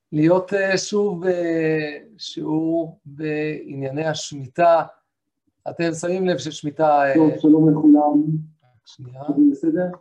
להיות שוב בשיעור בענייני השמיטה. אתם שמים לב ששמיטה... טוב, שלום לכולם. שנייה. שומעים בסדר?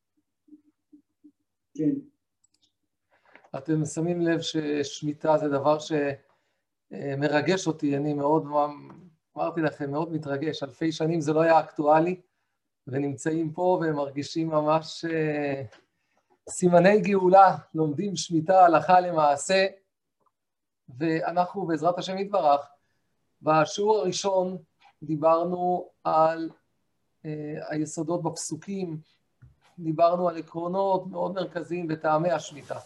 כן. אתם שמים לב ששמיטה זה דבר שמרגש אותי, אני מאוד, אמרתי לכם, מאוד מתרגש. אלפי שנים זה לא היה אקטואלי, ונמצאים פה ומרגישים ממש סימני גאולה, לומדים שמיטה הלכה למעשה, ואנחנו בעזרת השם יתברך, בשיעור הראשון דיברנו על היסודות בפסוקים, דיברנו על עקרונות מאוד מרכזיים בטעמי השמיטה.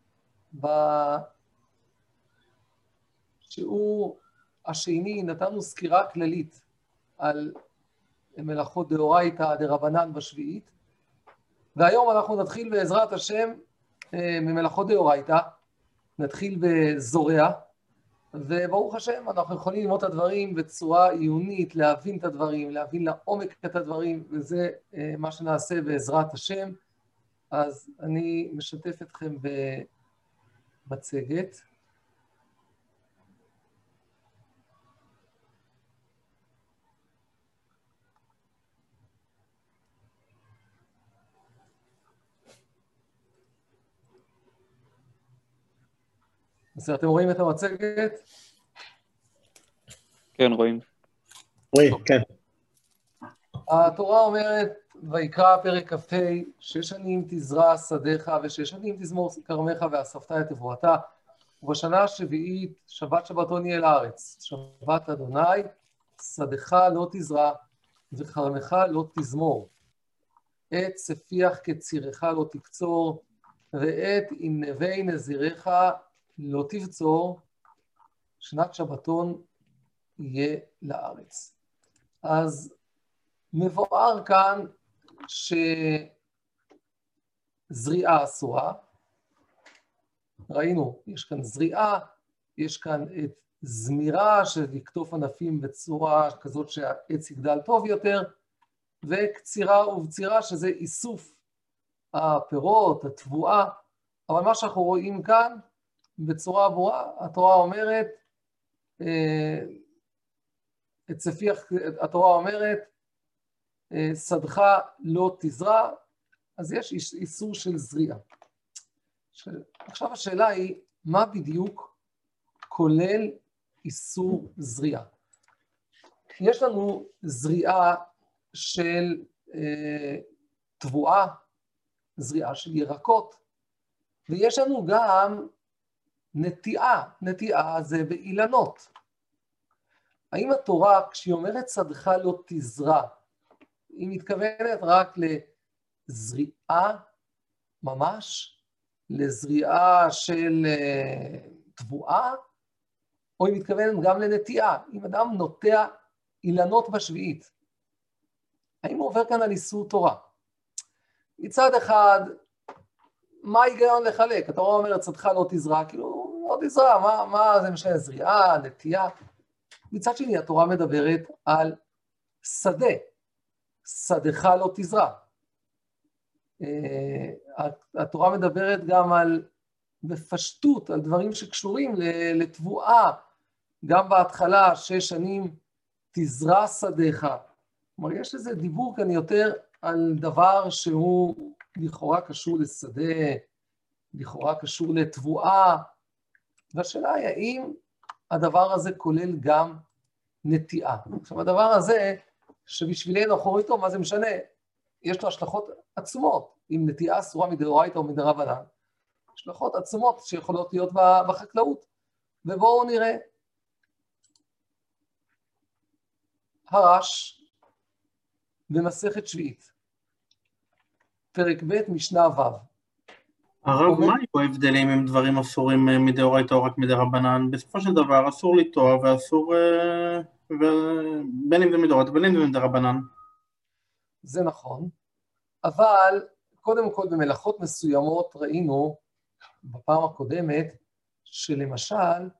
בשיעור השני נתנו סקירה כללית על מלאכות דאורייתא דרבנן בשביעית, והיום אנחנו נתחיל בעזרת השם ממלאכות דאורייתא, נתחיל בזורע, וברוך השם אנחנו יכולים ללמוד את הדברים בצורה עיונית, להבין את הדברים, להבין לעומק את הדברים, וזה מה שנעשה בעזרת השם. אז אני משתף אתכם במצגת. אז אתם רואים את המצגת? כן, רואים. כן. התורה אומרת, ויקרא פרק כ"ה, 6 שנים תזרע שדיך ו6 שנים תזמור כרמך ואספת את תבואתה, ובשנה השביעית שבת שבתון יהיה לארץ, שבת אדוני, שדיך לא תזרע וכרמך לא תזמור, את ספיח כצירך לא תקצור, ואת ענבי נזירך לא תבצור, שנת שבתון יהיה לארץ. אז מבואר כאן שזריעה אסורה, ראינו, יש כאן זריעה, יש כאן את זמירה של לקטוף ענפים בצורה כזאת שהעץ יגדל טוב יותר, וקצירה ובצירה שזה איסוף הפירות, התבואה, אבל מה שאנחנו רואים כאן בצורה ברורה, התורה אומרת, התורה אומרת, שדך לא תזרע, אז יש איסור של זריעה. עכשיו השאלה היא, מה בדיוק כולל איסור זריעה? יש לנו זריעה של תבואה, זריעה של ירקות, ויש לנו גם נטיעה, נטיעה זה באילנות. האם התורה, כשהיא אומרת שדך לא תזרע, היא מתכוונת רק לזריעה ממש, לזריעה של תבואה, או היא מתכוונת גם לנטיעה, אם אדם נוטע אילנות בשביעית? האם הוא עובר כאן על איסור תורה? מצד אחד, מה ההיגיון לחלק? התורה אומרת שדך לא תזרע, כאילו לא תזרע, מה זה משנה, זריעה, נטיעה? מצד שני, התורה מדברת על שדה, שדך לא תזרע. התורה מדברת גם על, בפשטות, על דברים שקשורים לתבואה, גם בהתחלה 6 שנים תזרע שדיך. כלומר, יש איזה דיבור כאן יותר על דבר שהוא לכאורה קשור לשדה, לכאורה קשור לתבואה, והשאלה היא האם הדבר הזה כולל גם נטיעה. עכשיו, הדבר הזה, שבשבילנו אנחנו רואים טוב, מה זה משנה? יש לו השלכות עצומות, אם נטיעה אסורה מדאורייתא או מדרבנן, השלכות עצומות שיכולות להיות בחקלאות. ובואו נראה. הרש במסכת שביעית, פרק ב' משנה ו'. הרב, מה היו ההבדלים עם דברים אסורים מדאורייתא או רק מדרבנן? בסופו של דבר אסור לטוע ואסור, בין אם זה מדאורייתא בין אם זה מדרבנן. זה נכון, אבל קודם כל במלאכות מסוימות ראינו בפעם הקודמת שלמשל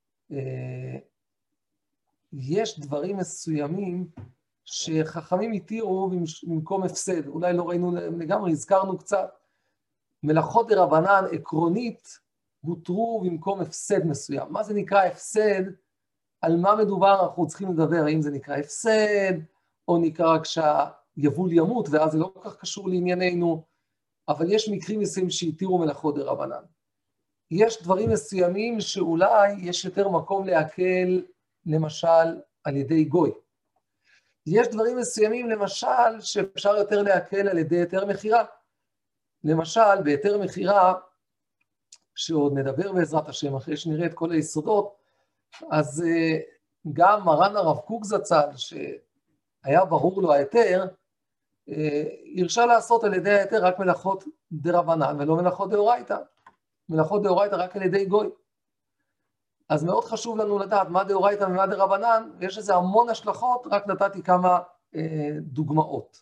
יש דברים מסוימים שחכמים התירו במקום הפסד, אולי לא ראינו לגמרי, הזכרנו קצת. מלאכות דרבנן עקרונית הותרו במקום הפסד מסוים. מה זה נקרא הפסד? על מה מדובר אנחנו צריכים לדבר, האם זה נקרא הפסד, או נקרא כשהיבול ימות, ואז זה לא כל כך קשור לענייננו, אבל יש מקרים מסוימים שהתירו מלאכות דרבנן. יש דברים מסוימים שאולי יש יותר מקום להקל, למשל, על ידי גוי. יש דברים מסוימים, למשל, שאפשר יותר להקל על ידי היתר מחירה. למשל, בהיתר מחירה, שעוד נדבר בעזרת השם, אחרי שנראה את כל היסודות, אז גם מרן הרב קוק זצ"ל, שהיה ברור לו ההיתר, הרשה לעשות על ידי ההיתר רק מלאכות דרבנן, ולא מלאכות דאורייתא. מלאכות דאורייתא רק על ידי גוי. אז מאוד חשוב לנו לדעת מה דאורייתא ומה דרבנן, ויש לזה המון השלכות, רק נתתי כמה דוגמאות.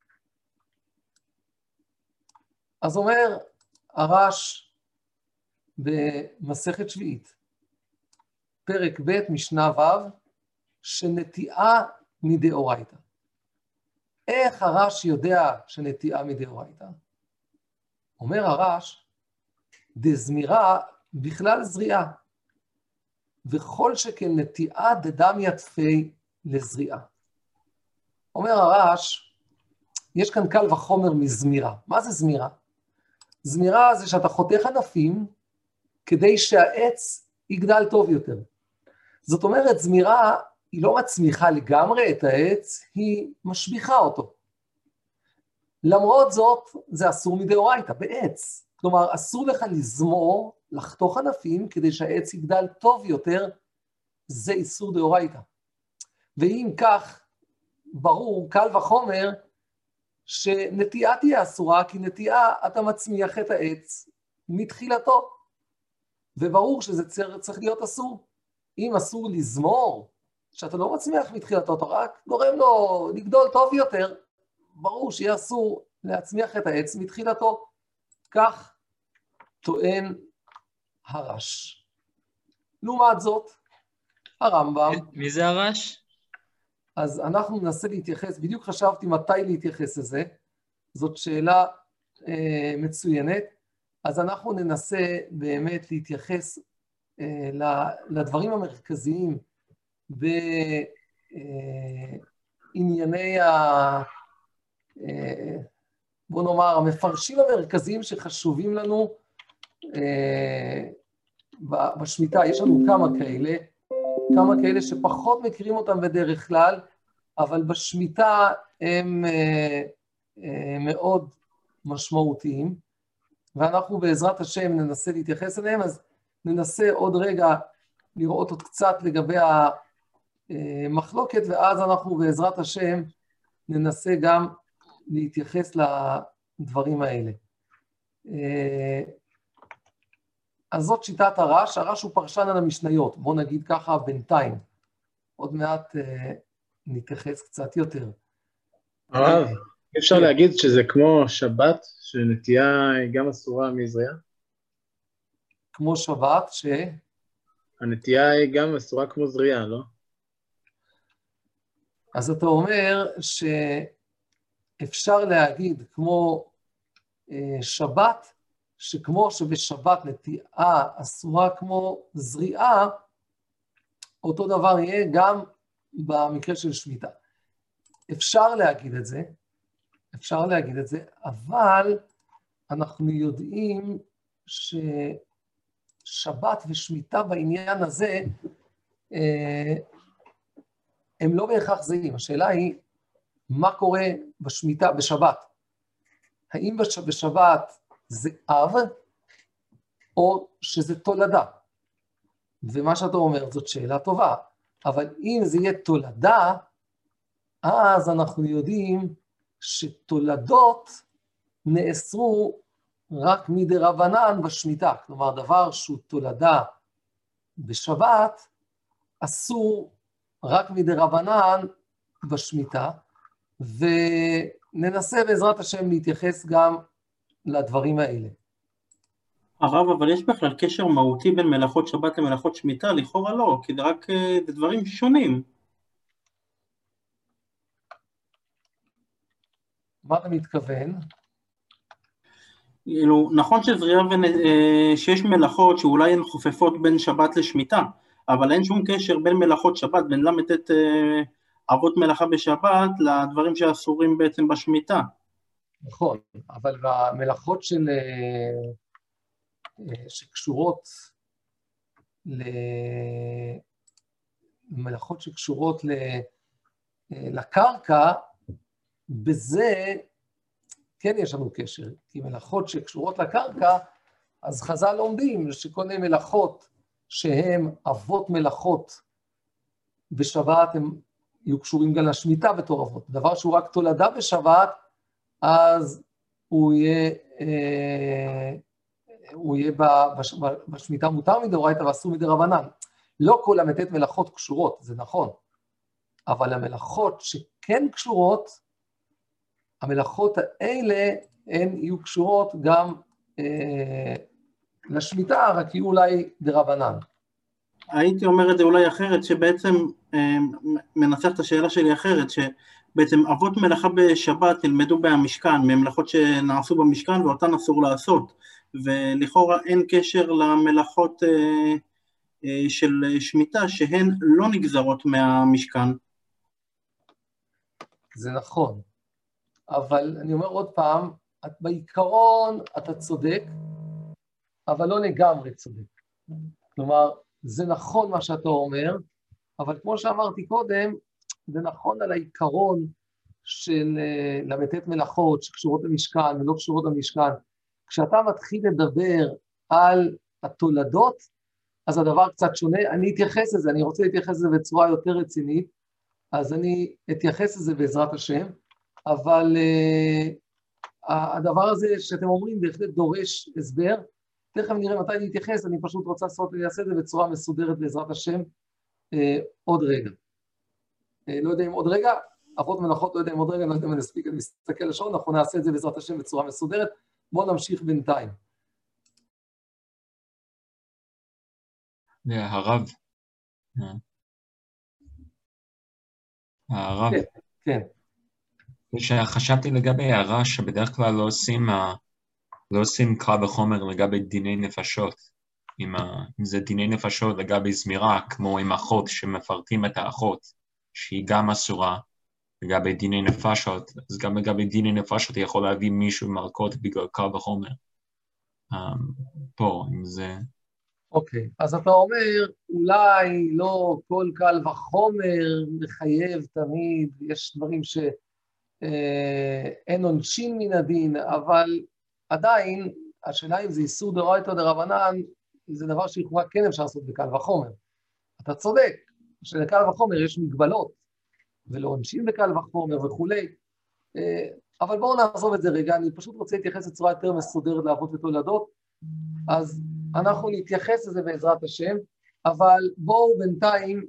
אז אומר הרש במסכת שביעית, פרק ב' משנה ו', שנטיעה מדאורייתא. איך הרש יודע שנטיעה מדאורייתא? אומר הרש, דזמירה בכלל זריעה, וכל שכן נטיעה דדם יתפי לזריעה. אומר הרש, יש כאן קל וחומר מזמירה. מה זה זמירה? זמירה זה שאתה חותך ענפים כדי שהעץ יגדל טוב יותר. זאת אומרת, זמירה היא לא מצמיחה לגמרי את העץ, היא משביחה אותו. למרות זאת, זה אסור מדאורייתא, בעץ. כלומר, אסור לך לזמור, לחתוך ענפים, כדי שהעץ יגדל טוב יותר, זה איסור דאורייתא. ואם כך, ברור, קל וחומר, שנטיעה תהיה אסורה, כי נטיעה אתה מצמיח את העץ מתחילתו. וברור שזה צריך להיות אסור. אם אסור לזמור, שאתה לא מצמיח מתחילתו, אתה רק גורם לו לגדול טוב יותר, ברור שיהיה אסור להצמיח את העץ מתחילתו. כך טוען הרש. לעומת זאת, הרמב"ם... מי זה הרש? אז אנחנו ננסה להתייחס, בדיוק חשבתי מתי להתייחס לזה, זאת שאלה מצוינת, אז אנחנו ננסה באמת להתייחס לדברים המרכזיים בענייני בוא נאמר, המפרשים המרכזיים שחשובים לנו בשמיטה. יש לנו כמה כאלה שפחות מכירים אותם בדרך כלל, אבל בשמיטה הם מאוד משמעותיים, ואנחנו בעזרת השם ננסה להתייחס אליהם, אז ננסה עוד רגע לראות עוד קצת לגבי המחלוקת, ואז אנחנו בעזרת השם ננסה גם להתייחס לדברים האלה. אז זאת שיטת הרש, הרש הוא פרשן על המשניות, בוא נגיד ככה בינתיים, עוד מעט נתייחס קצת יותר. הרב, אפשר להגיד שזה כמו שבת, שנטייה היא גם אסורה מזריעה? כמו שבת, הנטייה היא גם אסורה כמו זריעה, לא? אז אתה אומר שאפשר להגיד כמו שבת, שכמו שבשבת נטיעה אסורה כמו זריעה, אותו דבר יהיה גם במקרה של שמיטה. אפשר להגיד את זה, אבל אנחנו יודעים ששבת ושמיטה בעניין הזה, הם לא בהכרח זהים. השאלה היא, מה קורה בשמיטה, בשבת? האם בשבת זה אב, או שזה תולדה? ומה שאתה אומר, זאת שאלה טובה. אבל אם זה יהיה תולדה, אז אנחנו יודעים שתולדות נאסרו רק מדרבנן בשמיטה. כלומר, דבר שהוא תולדה בשבת, אסור רק מדרבנן בשמיטה, וננסה בעזרת השם להתייחס גם לדברים האלה. הרב, אבל יש בכלל קשר מהותי בין מלאכות שבת למלאכות שמיטה? לכאורה לא, כי זה רק דברים שונים. מה אתה מתכוון? כאילו, נכון שיש מלאכות שאולי הן חופפות בין שבת לשמיטה, אבל אין שום קשר בין מלאכות שבת, בין ל"ט אבות מלאכה בשבת, לדברים שאסורים בעצם בשמיטה. נכון, אבל במלאכות שקשורות מלאכות שקשורות לקרקע, בזה כן יש לנו קשר, כי מלאכות שקשורות לקרקע, אז חז"ל לומדים שכל מיני מלאכות שהן אבות מלאכות בשבת, הם יהיו קשורים גם לשמיטה בתור אבות. דבר שהוא רק תולדה בשבת, אז הוא יהיה בשמיטה מותר מדאורייתא ואסור מדרבנן. לא כל ל"ט מלאכות קשורות, זה נכון, אבל המלאכות שכן קשורות, המלאכות האלה הן יהיו קשורות גם לשמיטה, רק יהיו אולי דרבנן. הייתי אומר את זה אולי אחרת, שבעצם מנסח את השאלה שלי אחרת, שבעצם אבות מלאכה בשבת ילמדו במשכן, ממלאכות שנעשו במשכן ואותן אסור לעשות, ולכאורה אין קשר למלאכות של שמיטה, שהן לא נגזרות מהמשכן. זה נכון, אבל אני אומר עוד פעם, בעיקרון אתה צודק, אבל לא לגמרי צודק. כלומר, זה נכון מה שאתה אומר, אבל כמו שאמרתי קודם, זה נכון על העיקרון של ל"ט מלאכות שקשורות למשכן ולא קשורות למשכן. כשאתה מתחיל לדבר על התולדות, אז הדבר קצת שונה. אני אתייחס לזה, אני רוצה להתייחס לזה בצורה יותר רצינית, אז אני אתייחס לזה בעזרת השם, אבל הדבר הזה שאתם אומרים בהחלט דורש הסבר, תכף נראה מתי אני אתייחס, אני פשוט רוצה לעשות את זה בצורה מסודרת בעזרת השם עוד רגע. לא יודע אם עוד רגע, אבות מלאכות, לא יודע אם עוד רגע, אני לא יודע אם אני אספיק, אני מסתכל לשעון, אנחנו נעשה את זה בעזרת השם בצורה מסודרת, בואו נמשיך בינתיים. הרב. הרב. כן. חשבתי לגבי הערה שבדרך כלל לא עושים קל וחומר לגבי דיני נפשות. אם זה דיני נפשות לגבי זמירה, כמו עם אחות שמפרטים את האחות, שהיא גם אסורה, לגבי דיני נפשות, אז גם לגבי דיני נפשות יכול להביא מישהו מלכות בגלל קל וחומר. פה, אם זה... אוקיי, אז אתה אומר, אולי לא כל קל וחומר מחייב תמיד, יש דברים שאין עונשין מן הדין, אבל עדיין, השאלה אם זה איסור דאורייתא או דרבנן, זה דבר שלכאורה כן אפשר לעשות בקל וחומר. אתה צודק, שלקל וחומר יש מגבלות, ולא עונשין בקל וחומר וכולי, אבל בואו נעזוב את זה רגע, אני פשוט רוצה להתייחס בצורה יותר מסודרת לאבות ותולדות, אז אנחנו נתייחס לזה בעזרת השם, אבל בואו בינתיים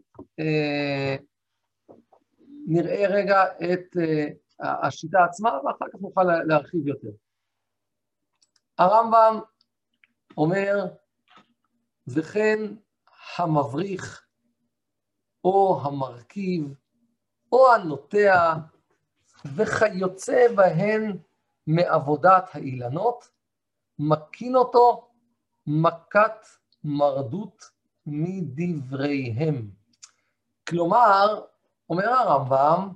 נראה רגע את השיטה עצמה, ואחר כך נוכל להרחיב יותר. הרמב"ם אומר, וכן המבריך, או המרכיב, או הנוטע, וכיוצא בהן מעבודת האילנות, מקין אותו מכת מרדות מדבריהם. כלומר, אומר הרמב"ם,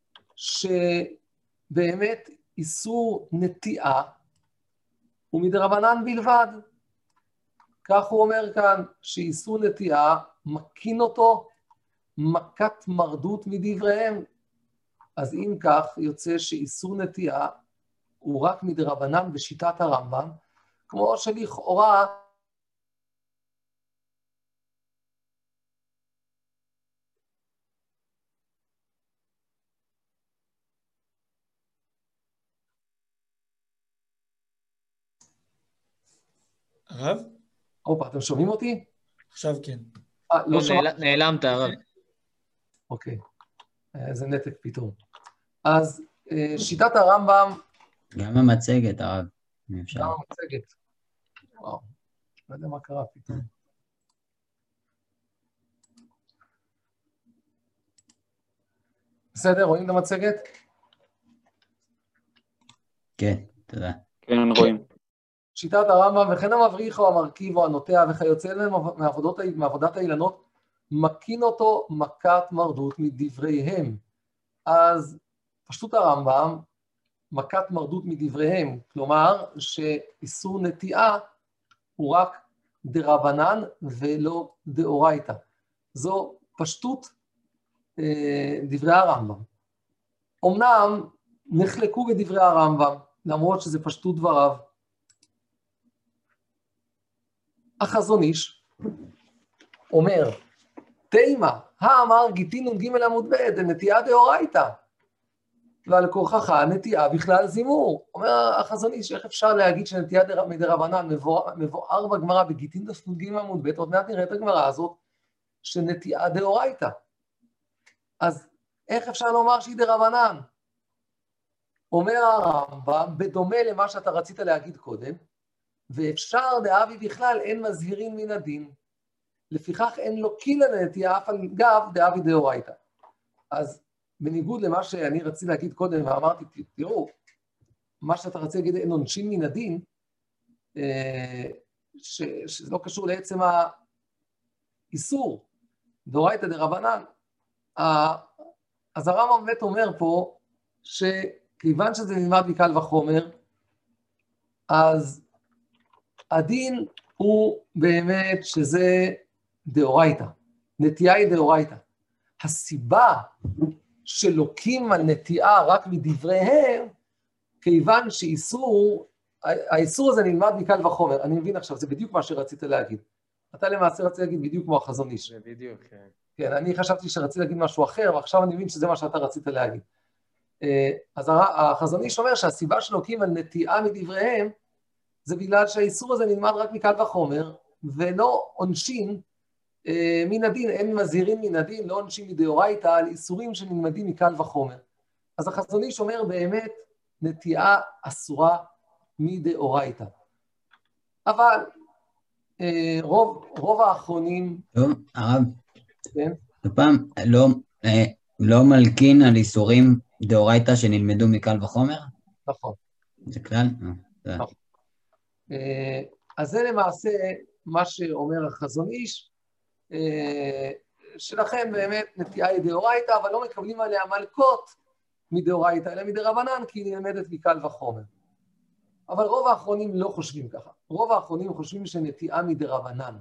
שבאמת איסור נטיעה הוא מדרבנן בלבד. כך הוא אומר כאן, שאיסור נטיעה מקין אותו מכת מרדות מדבריהם. אז אם כך יוצא שאיסור נטיעה הוא רק מדרבנן בשיטת הרמב"ם, כמו שלכאורה הרב? אופה, אתם שומעים אותי? עכשיו כן. לא שומע? נעלמת הרב. אוקיי, איזה נתק פתאום. אז שיטת הרמב"ם... גם המצגת, הרב. גם המצגת. וואו, לא יודע מה קרה פתאום. בסדר, רואים את המצגת? כן, תודה. כן, רואים. שיטת הרמב"ם, וכן המבריח או המרכיב או הנוטע וכיוצא אליהם מעבודת האילנות, מקין אותו מכת מרדות מדבריהם. אז פשטות הרמב"ם, מכת מרדות מדבריהם, כלומר שאיסור נטיעה הוא רק דרבנן ולא דאורייתא. זו פשטות דברי הרמב"ם. אמנם נחלקו בדברי הרמב"ם, למרות שזה פשטות דבריו. החזון איש אומר, תימה, האמר גיטין נ"ג עמוד ב', נטיעה דאורייתא, ועל כורחך נטיעה בכלל זימור. אומר החזון איש, איך אפשר להגיד שנטיעה מדרבנן מבואר בגמרא בגיטין נ"ג עמוד ב', עוד מעט נראה את הגמרא הזאת, שנטיעה דאורייתא. אז איך אפשר לומר שהיא דרבנן? אומר הרמב"ם, בדומה למה שאתה רצית להגיד קודם, ואפשר דאבי בכלל אין מזהירים מן הדין, לפיכך אין לוקין לנטיעה אף על גב דאבי דאורייתא. אז בניגוד למה שאני רציתי להגיד קודם, ואמרתי, תראו, מה שאתה רצית להגיד אין עונשין מן הדין, שזה לא קשור לעצם האיסור, דאורייתא דרבנן. אז הרמב"ם באמת אומר פה, שכיוון שזה נלמד מקל וחומר, אז הדין הוא באמת שזה דאורייתא, נטיעה היא דאורייתא. הסיבה שלוקים על נטיעה רק מדבריהם, כיוון האיסור הזה נלמד מקל וחומר. אני מבין עכשיו, זה בדיוק מה שרצית להגיד. אתה למעשה רצית להגיד בדיוק כמו החזון איש. זה בדיוק, כן. כן, אני חשבתי שרציתי להגיד משהו אחר, ועכשיו אני מבין שזה מה שאתה רצית להגיד. אז החזון איש אומר שהסיבה שלוקים על נטיעה מדבריהם, זה בגלל שהאיסור הזה נלמד רק מקל וחומר, ולא עונשין מן הדין, אין מזהירים מן הדין, לא עונשין מדאורייתא, על איסורים שנלמדים מקל וחומר. אז החזון איש אומר באמת, נטיעה אסורה מדאורייתא. אבל רוב האחרונים... טוב, הרב, כן? הפעם לא מלקין על איסורים דאורייתא שנלמדו מקל וחומר? נכון. זה כלל? נכון. אז זה למעשה מה שאומר החזון איש, שלכן באמת נטיעה היא דאורייתא, אבל לא מקבלים עליה מלקות מדאורייתא, אלא מדרבנן, כי היא נלמדת מקל וחומר. אבל רוב האחרונים לא חושבים ככה. רוב האחרונים חושבים שנטיעה מדרבנן.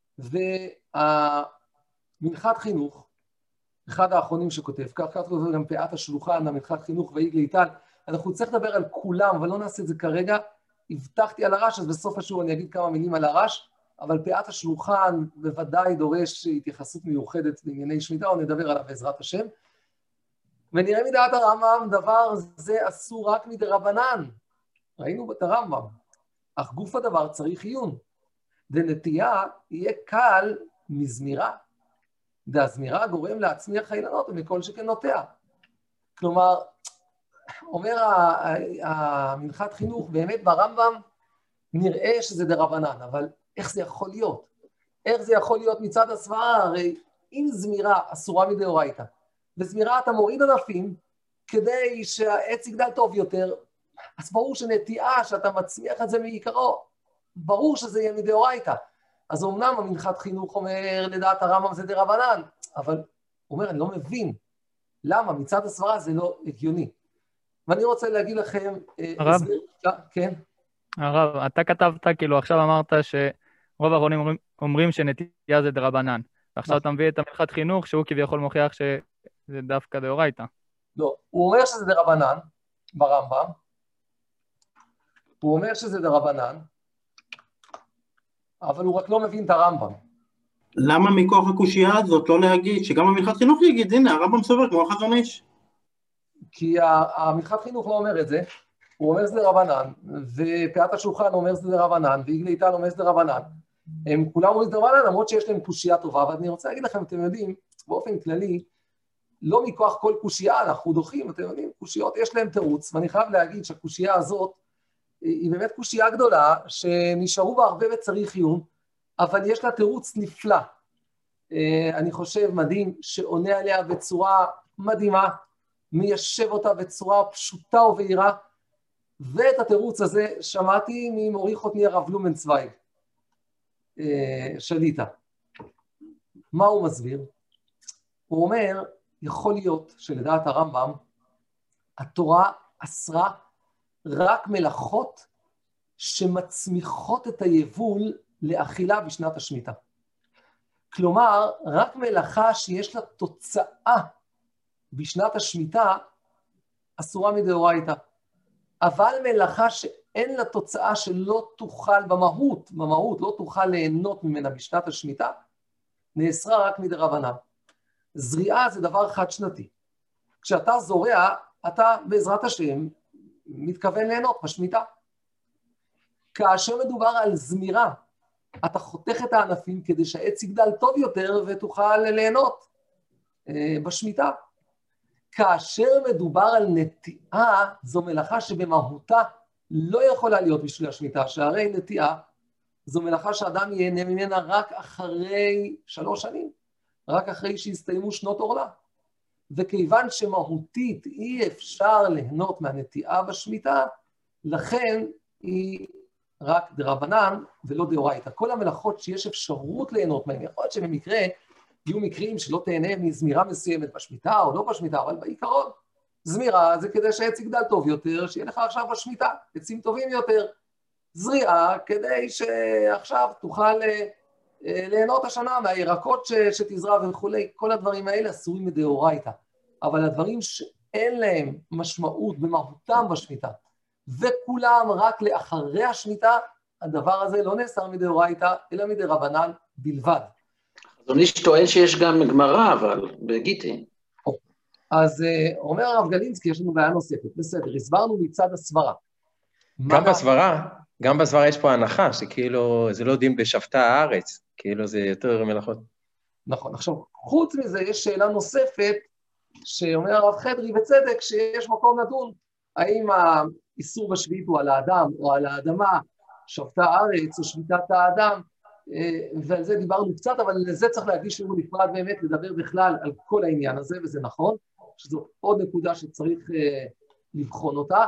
והמנחת חינוך, אחד האחרונים שכותב, כך כותב גם פאת השלוחן, המנחת חינוך ואיג ליטל, אנחנו צריך לדבר על כולם, אבל לא נעשה את זה כרגע. הבטחתי על הרש, אז בסוף השיעור אני אגיד כמה מילים על הרש, אבל פאת השלוחן בוודאי דורש התייחסות מיוחדת לענייני שמיטה, או נדבר עליו בעזרת השם. ונראה מדעת הרמב"ם, דבר זה אסור רק מדרבנן. ראינו את הרמב"ם, אך גוף הדבר צריך עיון. דנטייה יהיה קל מזמירה. דהזמירה גורם להצמיח האילנות ומכל שכן נוטע. כלומר, אומר המנחת חינוך, באמת ברמב"ם נראה שזה דרבנן, אבל איך זה יכול להיות? איך זה יכול להיות מצד הסברה? הרי אם זמירה אסורה מדאורייתא, וזמירה אתה מוריד ענפים כדי שהעץ יגדל טוב יותר, אז ברור שנטיעה שאתה מצמיח את זה מעיקרו, ברור שזה יהיה מדאורייתא. אז אמנם המנחת חינוך אומר לדעת הרמב"ם זה דרבנן, אבל הוא אומר אני לא מבין למה מצד הסברה זה לא הגיוני. ואני רוצה להגיד לכם... הרב? כן? הרב, אתה כתבת, כאילו עכשיו אמרת שרוב האחרונים אומרים שנטייה זה דרבנן, ועכשיו אתה מביא את המנחת חינוך שהוא כביכול מוכיח שזה דווקא דאורייתא. לא, הוא אומר שזה דרבנן ברמב"ם, הוא אומר שזה דרבנן, אבל הוא רק לא מבין את הרמב"ם. למה מכוח הקושייה הזאת לא להגיד, שגם המנחת חינוך יגיד, הנה הרמב"ם סובר כמו החזון איש? כי המנחת חינוך לא אומר את זה, הוא אומר שזה דרבנן, ופאת השולחן אומר שזה דרבנן, ואיג ליטל אומר שזה דרבנן. הם כולם אומרים שזה דרבנן, למרות שיש להם קושייה טובה, ואני רוצה להגיד לכם, אתם יודעים, באופן כללי, לא מכוח כל קושייה, אנחנו דוחים, אתם יודעים, קושיות יש להם תירוץ, ואני חייב להגיד שהקושייה הזאת, היא באמת קושייה גדולה, שנשארו בה הרבה וצריך עיון, אבל יש לה תירוץ נפלא. אני חושב מדהים, שעונה עליה בצורה מדהימה, מיישב אותה בצורה פשוטה ובהירה, ואת התירוץ הזה שמעתי ממורי חותני הרב בלומנצוויג, שליטה. מה הוא מסביר? הוא אומר, יכול להיות שלדעת הרמב"ם, התורה אסרה רק מלאכות שמצמיחות את היבול לאכילה בשנת השמיטה. כלומר, רק מלאכה שיש לה תוצאה בשנת השמיטה, אסורה מדאורייתא. אבל מלאכה שאין לה תוצאה שלא תוכל במהות, לא תוכל ליהנות ממנה בשנת השמיטה, נאסרה רק מדרבנן. זריעה זה דבר חד שנתי. כשאתה זורע, אתה בעזרת השם מתכוון ליהנות בשמיטה. כאשר מדובר על זמירה, אתה חותך את הענפים כדי שהעץ יגדל טוב יותר ותוכל ליהנות בשמיטה. כאשר מדובר על נטיעה, זו מלאכה שבמהותה לא יכולה להיות בשביל השמיטה, שהרי נטיעה זו מלאכה שאדם ייהנה ממנה רק אחרי 3 שנים, רק אחרי שהסתיימו שנות עורלה. וכיוון שמהותית אי אפשר ליהנות מהנטיעה בשמיטה, לכן היא רק דרבנן ולא דאורייתא. כל המלאכות שיש אפשרות ליהנות מהן, יכול להיות שבמקרה יהיו מקרים שלא תהנה מזמירה מסוימת בשמיטה או לא בשמיטה, אבל בעיקרון זמירה זה כדי שהעץ יגדל טוב יותר, שיהיה לך עכשיו בשמיטה, עצים טובים יותר. זריעה כדי שעכשיו תוכל ליהנות השנה מהירקות שתזרע וכולי. כל הדברים האלה אסורים מדאורייתא. אבל הדברים שאין להם משמעות במהותם בשמיטה, וכולם רק לאחרי השמיטה, הדבר הזה לא נאסר מדאורייתא, אלא מדרבנן בלבד. אדוני שטוען שיש גם גמרא, אבל בגיטין. אז אומר הרב גלינסקי, יש לנו בעיה נוספת. בסדר, הסברנו מצד הסברה. גם בסברה יש פה הנחה, שכאילו זה לא דין בשבתה הארץ, כאילו זה יותר מלאכות. נכון, עכשיו, חוץ מזה יש שאלה נוספת, שאומר הרב חדרי בצדק, שיש מקום לדון, האם האיסור בשביעית הוא על האדם או על האדמה, שבתה הארץ או שביתת האדם, ועל זה דיברנו קצת, אבל לזה צריך להגיש לנו נפרד באמת, לדבר בכלל על כל העניין הזה, וזה נכון, שזו עוד נקודה שצריך לבחון אותה.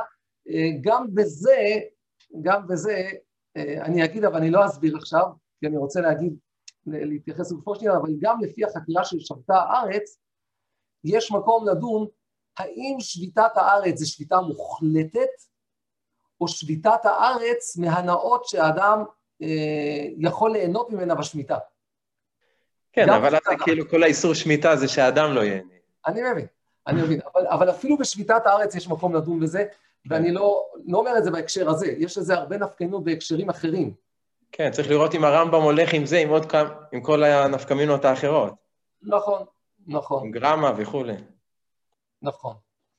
גם בזה, אני אגיד, אבל אני לא אסביר עכשיו, כי אני רוצה להתייחס לגופו שנייה, אבל גם לפי החקירה של שבתה הארץ, יש מקום לדון, האם שביתת הארץ זה שביתה מוחלטת, או שביתת הארץ מהנאות שהאדם יכול ליהנות ממנה בשמיטה. כן, אבל אז כאילו כל האיסור שמיטה זה שהאדם לא ייהנה. אני מבין, אבל אפילו בשביתת הארץ יש מקום לדון בזה, ואני לא אומר את זה בהקשר הזה, יש לזה הרבה נפקמינות בהקשרים אחרים. כן, צריך לראות אם הרמב"ם הולך עם זה, עם כל הנפקמינות האחרות. נכון. עם גרמה וכו'. נכון.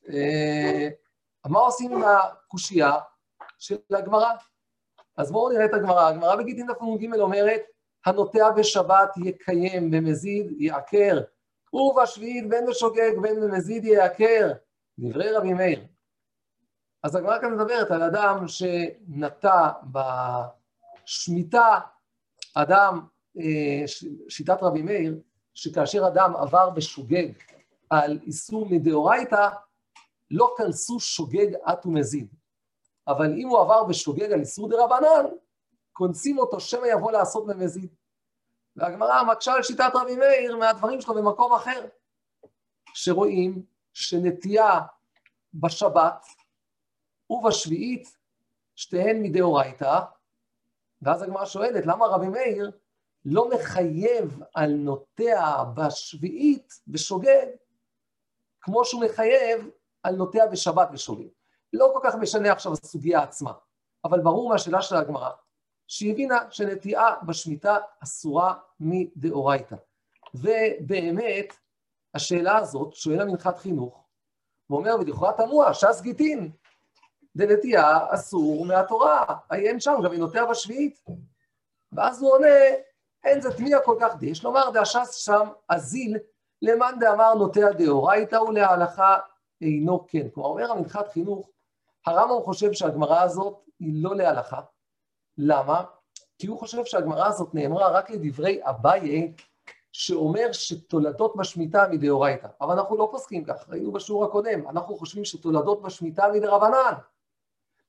מה עושים עם הקושייה של הגמרא? אז בואו נראה את הגמרא. הגמרא בגיטין דף נ"ג אומרת, הנוטע בשבת יקיים, במזיד יעקר, ובשביעית בין בשוגג בין במזיד יעקר, דברי רבי מאיר. אז הגמרא כאן מדברת על אדם שנטע בשמיטה, אדם, שיטת רבי מאיר, שכאשר אדם עבר בשוגג על איסור מדאורייתא, לא כנסו שוגג עט ומזיד. אבל אם הוא עבר בשוגג על איסור דרבנן, כונסים אותו שמא יבוא לעשות במזיד. והגמרא מקשה על שיטת רבי מאיר מהדברים שלו במקום אחר, שרואים שנטייה בשבת ובשביעית שתיהן מדאורייתא, ואז הגמרא שואלת למה רבי מאיר לא מחייב על נוטע בשביעית בשוגג, כמו שהוא מחייב על נוטע בשבת בשוגג. לא כל כך משנה עכשיו הסוגיה עצמה, אבל ברור מהשאלה של הגמרא, שהיא הבינה שנטיעה בשמיטה אסורה מדאורייתא. ובאמת, השאלה הזאת שואל המנחת חינוך, ואומר, ולכאורה תמוה, ש"ס גיטין, דנטיעה אסור מהתורה, אין שם, גם היא נוטע בשביעית. ואז הוא עונה, אין זה תמיע כל כך די, יש לומר, דהש"ס שם אזיל, למאן דאמר נוטע דאורייתא ולהלכה אינו כן. כלומר, אומר המנחת חינוך, הרמב"ם חושב שהגמרא הזאת היא לא להלכה. למה? כי הוא חושב שהגמרא הזאת נאמרה רק לדברי אביי, שאומר שתולדות בשמיטה מדאורייתא. אבל אנחנו לא פוסקים כך, ראינו בשיעור הקודם, אנחנו חושבים שתולדות בשמיטה מדרבנן.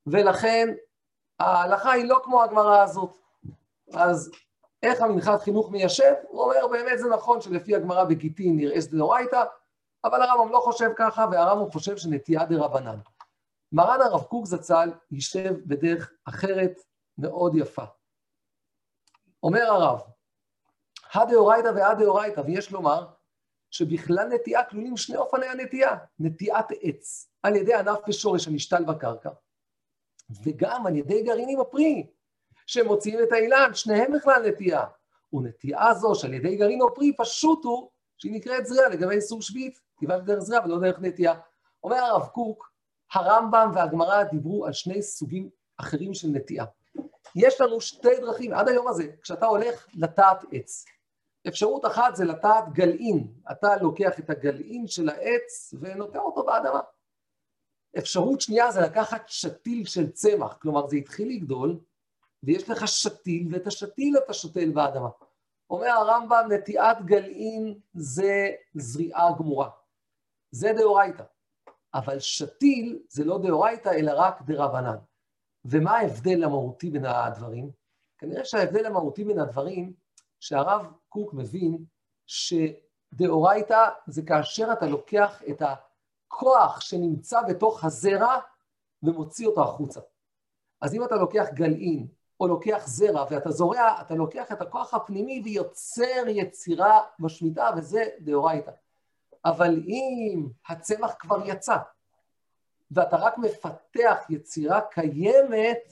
ולכן ההלכה היא לא כמו הגמרא הזאת. אז איך המנחת חינוך מיישב? הוא אומר, באמת זה נכון שלפי הגמרא בגיטין נראה דאורייתא, אבל הרמב"ם לא חושב ככה, והרמב"ם חושב שנטייה דרבנן. מרן הרב קוק זצ"ל יישב בדרך אחרת מאוד יפה. אומר הרב, הדאורייתא והדאורייתא, ויש לומר שבכלל נטייה כלולים שני אופני הנטייה, נטיית עץ, על ידי ענף ושורש הנשתל בקרקע, וגם על ידי גרעינים הפרי, שמוציאים את האילן, שניהם בכלל נטייה. ונטייה זו שעל ידי גרעין או פרי פשוט הוא שהיא נקראת זריעה לגבי איסור שביעית, כיוון דרך זריעה ולא דרך נטייה. אומר הרב קוק, הרמב"ם והגמרא דיברו על שני סוגים אחרים של נטייה. יש לנו שתי דרכים עד היום הזה, כשאתה הולך לטעת עץ. אפשרות אחת זה לטעת גלעין, אתה לוקח את הגלעין של העץ ונוטע אותו באדמה. אפשרות שנייה זה לקחת שתיל של צמח, כלומר זה התחיל לגדול, ויש לך שתיל, ואת השתיל אתה שותל באדמה. אומר הרמב"ם, נטיעת גלעין זה זריעה גמורה. זה דאורייתא. אבל שתיל זה לא דאורייתא, אלא רק דרבנן. ומה ההבדל המהותי בין הדברים? כנראה שההבדל המהותי בין הדברים, שהרב קוק מבין שדאורייתא זה כאשר אתה לוקח את הכוח שנמצא בתוך הזרע ומוציא אותו החוצה. אז אם אתה לוקח גלעין או לוקח זרע ואתה זורע, אתה לוקח את הכוח הפנימי ויוצר יצירה בשמיטה, וזה דאורייתא. אבל אם הצמח כבר יצא, ואתה רק מפתח יצירה קיימת,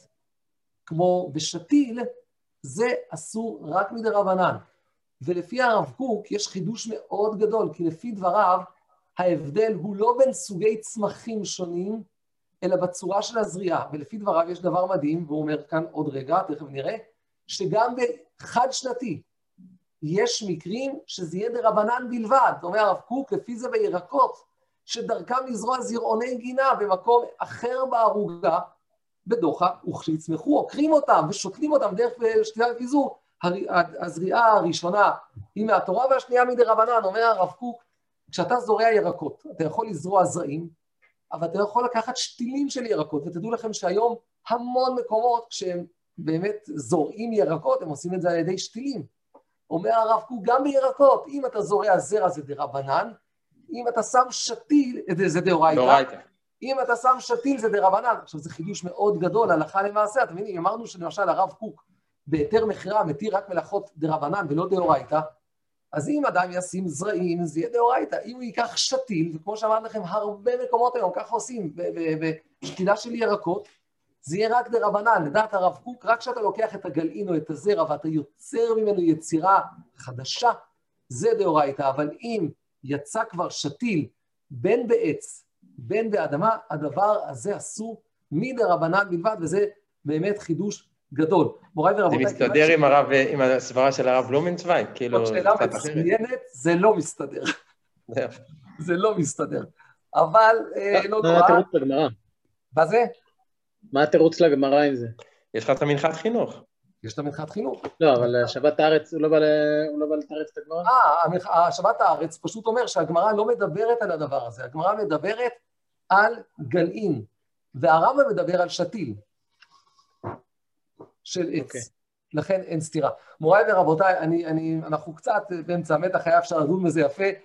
כמו בשתיל, זה אסור רק מדרבנן. ולפי הרב קוק יש חידוש מאוד גדול, כי לפי דבריו, ההבדל הוא לא בין סוגי צמחים שונים, אלא בצורה של הזריעה. ולפי דבריו יש דבר מדהים, והוא אומר כאן עוד רגע, תכף נראה, שגם בחד שנתי, יש מקרים שזה יהיה דרבנן בלבד. זאת אומרת, הרב קוק, לפי זה בירקות, שדרכם לזרוע זרעוני גינה במקום אחר בערוגה, בדוחה, וכשיצמחו, עוקרים אותם ושותלים אותם דרך שתייה ופיזור. הזריעה הראשונה היא מהתורה והשנייה מדרבנן. אומר הרב קוק, כשאתה זורע ירקות, אתה יכול לזרוע זרעים, אבל אתה יכול לקחת שתילים של ירקות, ותדעו לכם שהיום המון מקומות, כשהם באמת זורעים ירקות, הם עושים את זה על ידי שתילים. אומר הרב קוק, גם בירקות, אם אתה זורע זרע זה דרבנן, אם אתה שם שתיל, זה דאורייתא. אם אתה שם שתיל זה דרבנן. עכשיו זה חידוש מאוד גדול, הלכה למעשה. אתם מבינים, אמרנו שלמשל הרב קוק בהיתר מכירה מתיר רק מלאכות דרבנן ולא דאורייתא, אז אם אדם ישים זרעים זה יהיה דאורייתא. אם הוא ייקח שתיל, וכמו שאמרתי לכם, הרבה מקומות היום ככה עושים, בשתילה של ירקות, זה יהיה רק דרבנן. לדעת הרב קוק, רק כשאתה לוקח את הגלעין או את הזרע ואתה יוצר ממנו יצירה חדשה, זה דאורייתא. אבל אם יצא כבר שתיל בין בעץ, בין באדמה, הדבר הזה אסור מדרבנן בלבד, וזה באמת חידוש גדול. מוריי ורבותיי, זה מסתדר עם הסברה של הרב בלומנצוויג? זאת שאלה מצוינת, זה לא מסתדר. זה לא מסתדר. אבל לא נורא. מה התירוץ לגמרא? מה זה? מה התירוץ לגמרא עם זה? יש לך את המנחת חינוך. יש את המנחת חינוך. לא, אבל שבת הארץ, הוא לא בא לתרץ את הגמרא? שבת הארץ פשוט אומר שהגמרא לא מדברת על הדבר הזה. הגמרא מדברת על גלעין, והרמב"ם מדבר על שתיל של עץ. לכן אין סתירה. מוריי ורבותיי, אנחנו קצת באמצע המתח, היה אפשר לדון בזה יפה.